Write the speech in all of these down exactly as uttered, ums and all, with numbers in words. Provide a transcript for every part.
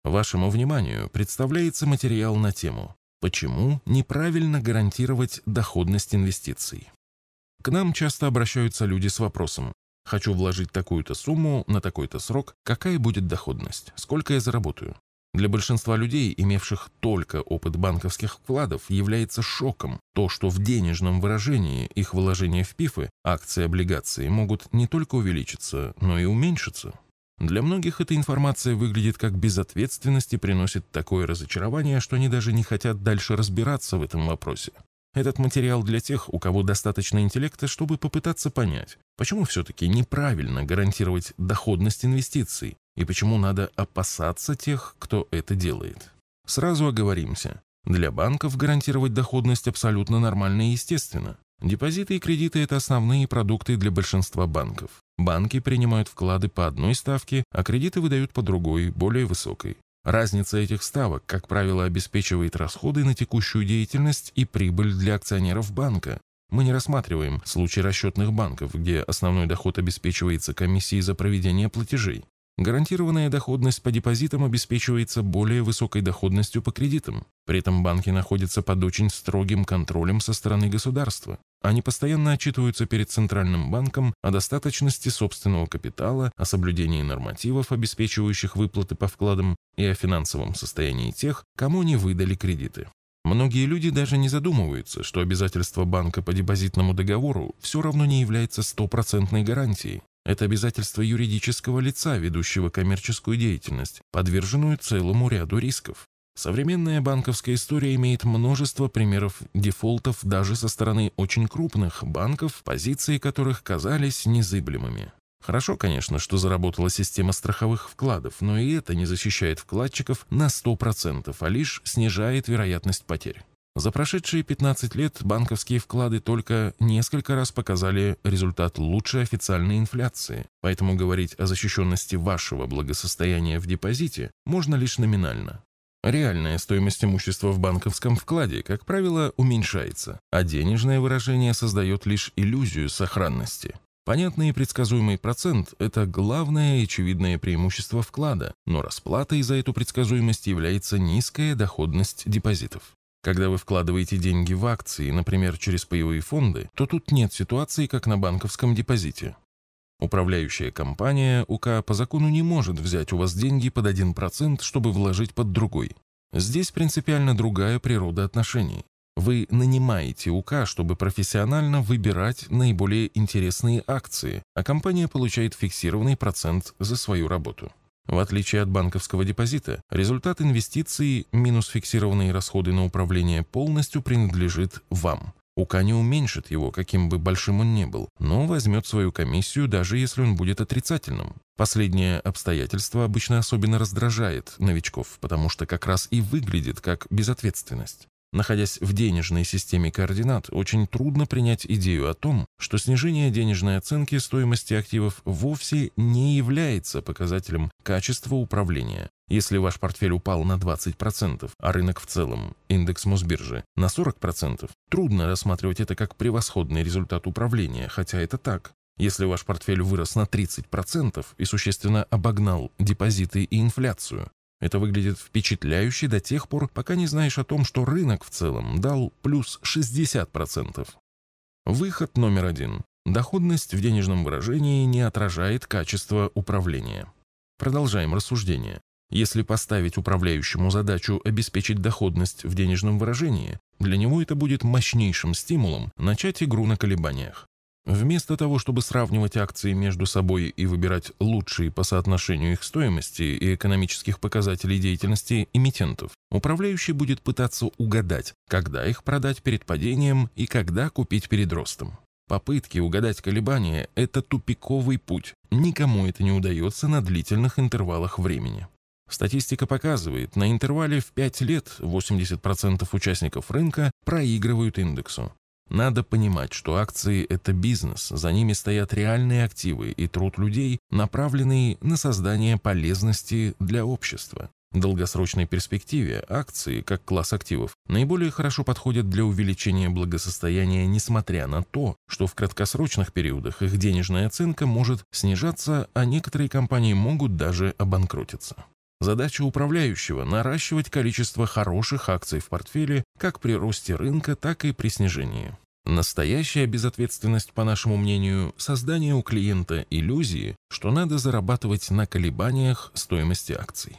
Вашему вниманию представляется материал на тему «Почему неправильно гарантировать доходность инвестиций?». К нам часто обращаются люди с вопросом: «Хочу вложить такую-то сумму на такой-то срок, какая будет доходность? Сколько я заработаю?». Для большинства людей, имевших только опыт банковских вкладов, является шоком то, что в денежном выражении их вложения в пифы, акции, облигации могут не только увеличиться, но и уменьшиться. Для многих эта информация выглядит как безответственность и приносит такое разочарование, что они даже не хотят дальше разбираться в этом вопросе. Этот материал для тех, у кого достаточно интеллекта, чтобы попытаться понять, почему все-таки неправильно гарантировать доходность инвестиций и почему надо опасаться тех, кто это делает. Сразу оговоримся. Для банков гарантировать доходность абсолютно нормально и естественно. Депозиты и кредиты – это основные продукты для большинства банков. Банки принимают вклады по одной ставке, а кредиты выдают по другой, более высокой. Разница этих ставок, как правило, обеспечивает расходы на текущую деятельность и прибыль для акционеров банка. Мы не рассматриваем случай расчетных банков, где основной доход обеспечивается комиссией за проведение платежей. Гарантированная доходность по депозитам обеспечивается более высокой доходностью по кредитам. При этом банки находятся под очень строгим контролем со стороны государства. Они постоянно отчитываются перед Центральным банком о достаточности собственного капитала, о соблюдении нормативов, обеспечивающих выплаты по вкладам, и о финансовом состоянии тех, кому не выдали кредиты. Многие люди даже не задумываются, что обязательство банка по депозитному договору все равно не является стопроцентной гарантией. Это обязательство юридического лица, ведущего коммерческую деятельность, подверженную целому ряду рисков. Современная банковская история имеет множество примеров дефолтов даже со стороны очень крупных банков, позиции которых казались незыблемыми. Хорошо, конечно, что заработала система страховых вкладов, но и это не защищает вкладчиков на сто процентов, а лишь снижает вероятность потерь. За прошедшие пятнадцать лет банковские вклады только несколько раз показали результат лучшей официальной инфляции, поэтому говорить о защищенности вашего благосостояния в депозите можно лишь номинально. Реальная стоимость имущества в банковском вкладе, как правило, уменьшается, а денежное выражение создает лишь иллюзию сохранности. Понятный и предсказуемый процент – это главное и очевидное преимущество вклада, но расплатой за эту предсказуемость является низкая доходность депозитов. Когда вы вкладываете деньги в акции, например, через паевые фонды, то тут нет ситуации, как на банковском депозите. Управляющая компания УК по закону не может взять у вас деньги под один процент, чтобы вложить под другой. Здесь принципиально другая природа отношений. Вы нанимаете УК, чтобы профессионально выбирать наиболее интересные акции, а компания получает фиксированный процент за свою работу. В отличие от банковского депозита, результат инвестиций минус фиксированные расходы на управление полностью принадлежит вам. УК не уменьшит его, каким бы большим он ни был, но возьмет свою комиссию, даже если он будет отрицательным. Последнее обстоятельство обычно особенно раздражает новичков, потому что как раз и выглядит как безответственность. Находясь в денежной системе координат, очень трудно принять идею о том, что снижение денежной оценки стоимости активов вовсе не является показателем качества управления. Если ваш портфель упал на двадцать процентов, а рынок в целом, индекс Мосбиржи, на сорок процентов, трудно рассматривать это как превосходный результат управления, хотя это так. Если ваш портфель вырос на тридцать процентов и существенно обогнал депозиты и инфляцию, это выглядит впечатляюще до тех пор, пока не знаешь о том, что рынок в целом дал плюс шестьдесят процентов. Выход номер один. Доходность в денежном выражении не отражает качество управления. Продолжаем рассуждение. Если поставить управляющему задачу обеспечить доходность в денежном выражении, для него это будет мощнейшим стимулом начать игру на колебаниях. Вместо того, чтобы сравнивать акции между собой и выбирать лучшие по соотношению их стоимости и экономических показателей деятельности эмитентов, управляющий будет пытаться угадать, когда их продать перед падением и когда купить перед ростом. Попытки угадать колебания – это тупиковый путь. Никому это не удается на длительных интервалах времени. Статистика показывает, на интервале в пять лет восемьдесят процентов участников рынка проигрывают индексу. Надо понимать, что акции – это бизнес, за ними стоят реальные активы и труд людей, направленный на создание полезности для общества. В долгосрочной перспективе акции, как класс активов, наиболее хорошо подходят для увеличения благосостояния, несмотря на то, что в краткосрочных периодах их денежная оценка может снижаться, а некоторые компании могут даже обанкротиться. Задача управляющего – наращивать количество хороших акций в портфеле как при росте рынка, так и при снижении. Настоящая безответственность, по нашему мнению, создание у клиента иллюзии, что надо зарабатывать на колебаниях стоимости акций.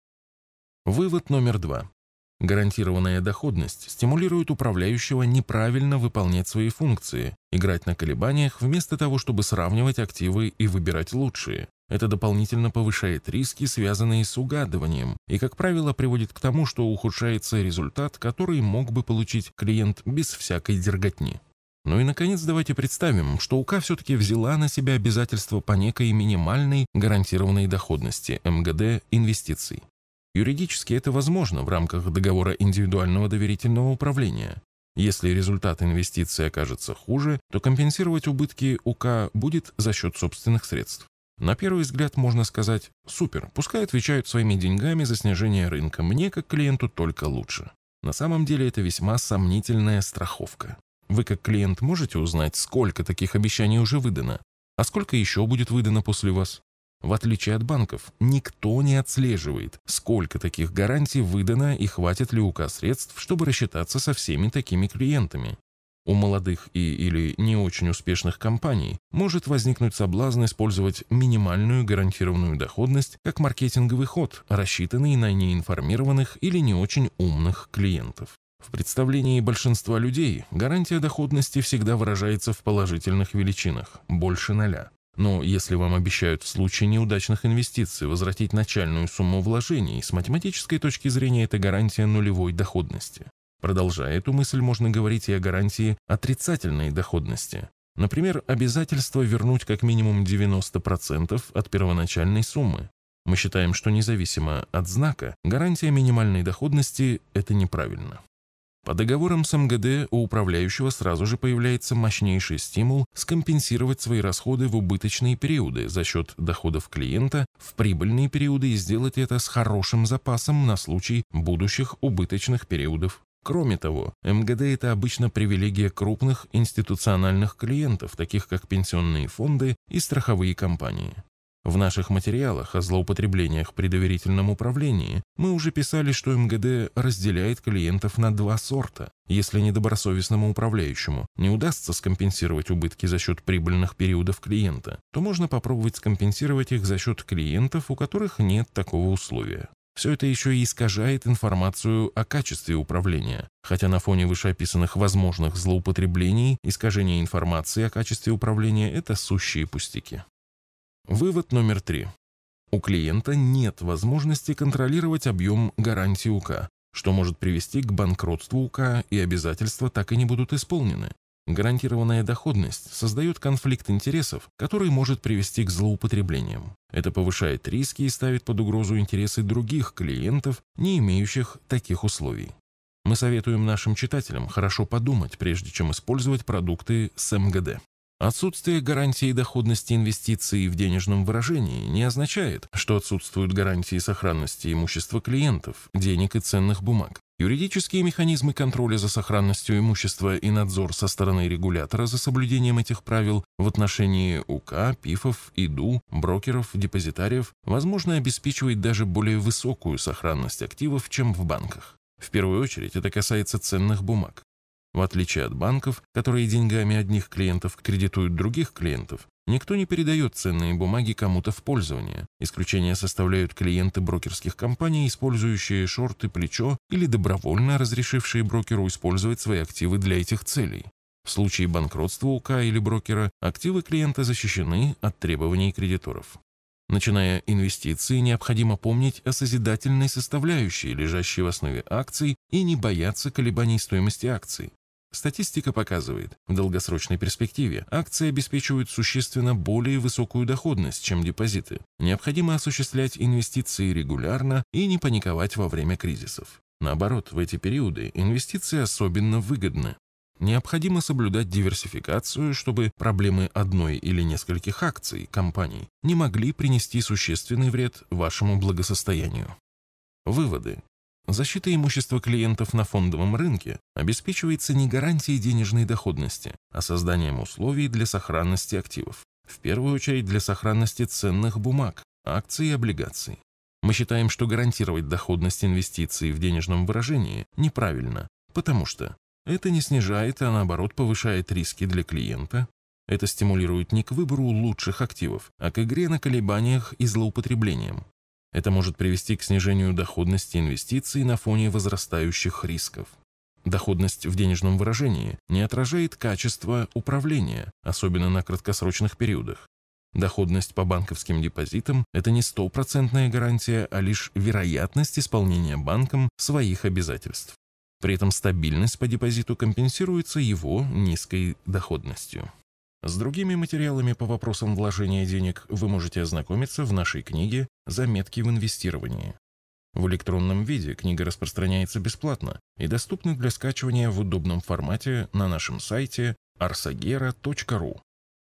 Вывод номер два. Гарантированная доходность стимулирует управляющего неправильно выполнять свои функции, играть на колебаниях вместо того, чтобы сравнивать активы и выбирать лучшие. Это дополнительно повышает риски, связанные с угадыванием, и, как правило, приводит к тому, что ухудшается результат, который мог бы получить клиент без всякой дерготни. Ну и, наконец, давайте представим, что УК все-таки взяла на себя обязательства по некой минимальной гарантированной доходности эм гэ дэ инвестиций. Юридически это возможно в рамках договора индивидуального доверительного управления. Если результат инвестиции окажется хуже, то компенсировать убытки УК будет за счет собственных средств. На первый взгляд можно сказать: супер, пускай отвечают своими деньгами за снижение рынка, мне как клиенту только лучше. На самом деле это весьма сомнительная страховка. Вы как клиент можете узнать, сколько таких обещаний уже выдано, а сколько еще будет выдано после вас? В отличие от банков, никто не отслеживает, сколько таких гарантий выдано и хватит ли УК средств, чтобы рассчитаться со всеми такими клиентами. У молодых и или не очень успешных компаний может возникнуть соблазн использовать минимальную гарантированную доходность как маркетинговый ход, рассчитанный на неинформированных или не очень умных клиентов. В представлении большинства людей гарантия доходности всегда выражается в положительных величинах – больше ноля. Но если вам обещают в случае неудачных инвестиций возвратить начальную сумму вложений, с математической точки зрения это гарантия нулевой доходности. Продолжая эту мысль, можно говорить и о гарантии отрицательной доходности. Например, обязательство вернуть как минимум девяносто процентов от первоначальной суммы. Мы считаем, что независимо от знака, гарантия минимальной доходности – это неправильно. По договорам с эм гэ дэ у управляющего сразу же появляется мощнейший стимул скомпенсировать свои расходы в убыточные периоды за счет доходов клиента в прибыльные периоды и сделать это с хорошим запасом на случай будущих убыточных периодов. Кроме того, эм гэ дэ – это обычно привилегия крупных институциональных клиентов, таких как пенсионные фонды и страховые компании. В наших материалах о злоупотреблениях при доверительном управлении мы уже писали, что эм гэ дэ разделяет клиентов на два сорта. Если недобросовестному управляющему не удастся скомпенсировать убытки за счет прибыльных периодов клиента, то можно попробовать скомпенсировать их за счет клиентов, у которых нет такого условия. Все это еще и искажает информацию о качестве управления, хотя на фоне вышеописанных возможных злоупотреблений искажение информации о качестве управления – это сущие пустяки. Вывод номер три. У клиента нет возможности контролировать объем гарантии УК, что может привести к банкротству УК, и обязательства так и не будут исполнены. Гарантированная доходность создает конфликт интересов, который может привести к злоупотреблениям. Это повышает риски и ставит под угрозу интересы других клиентов, не имеющих таких условий. Мы советуем нашим читателям хорошо подумать, прежде чем использовать продукты с эм гэ дэ. Отсутствие гарантии доходности инвестиций в денежном выражении не означает, что отсутствуют гарантии сохранности имущества клиентов, денег и ценных бумаг. Юридические механизмы контроля за сохранностью имущества и надзор со стороны регулятора за соблюдением этих правил в отношении УК, ПИФов, ИДУ, брокеров, депозитариев возможно обеспечивать даже более высокую сохранность активов, чем в банках. В первую очередь это касается ценных бумаг. В отличие от банков, которые деньгами одних клиентов кредитуют других клиентов, никто не передает ценные бумаги кому-то в пользование. Исключение составляют клиенты брокерских компаний, использующие шорт-и-плечо или добровольно разрешившие брокеру использовать свои активы для этих целей. В случае банкротства УК или брокера активы клиента защищены от требований кредиторов. Начиная инвестиции, необходимо помнить о созидательной составляющей, лежащей в основе акций, и не бояться колебаний стоимости акций. Статистика показывает, в долгосрочной перспективе акции обеспечивают существенно более высокую доходность, чем депозиты. Необходимо осуществлять инвестиции регулярно и не паниковать во время кризисов. Наоборот, в эти периоды инвестиции особенно выгодны. Необходимо соблюдать диверсификацию, чтобы проблемы одной или нескольких акций компаний не могли принести существенный вред вашему благосостоянию. Выводы. Защита имущества клиентов на фондовом рынке обеспечивается не гарантией денежной доходности, а созданием условий для сохранности активов. В первую очередь для сохранности ценных бумаг, акций и облигаций. Мы считаем, что гарантировать доходность инвестиций в денежном выражении неправильно, потому что это не снижает, а наоборот повышает риски для клиента. Это стимулирует не к выбору лучших активов, а к игре на колебаниях и злоупотреблениям. Это может привести к снижению доходности инвестиций на фоне возрастающих рисков. Доходность в денежном выражении не отражает качество управления, особенно на краткосрочных периодах. Доходность по банковским депозитам – это не стопроцентная гарантия, а лишь вероятность исполнения банком своих обязательств. При этом стабильность по депозиту компенсируется его низкой доходностью. С другими материалами по вопросам вложения денег вы можете ознакомиться в нашей книге «Заметки в инвестировании». В электронном виде книга распространяется бесплатно и доступна для скачивания в удобном формате на нашем сайте arsagera точка ру.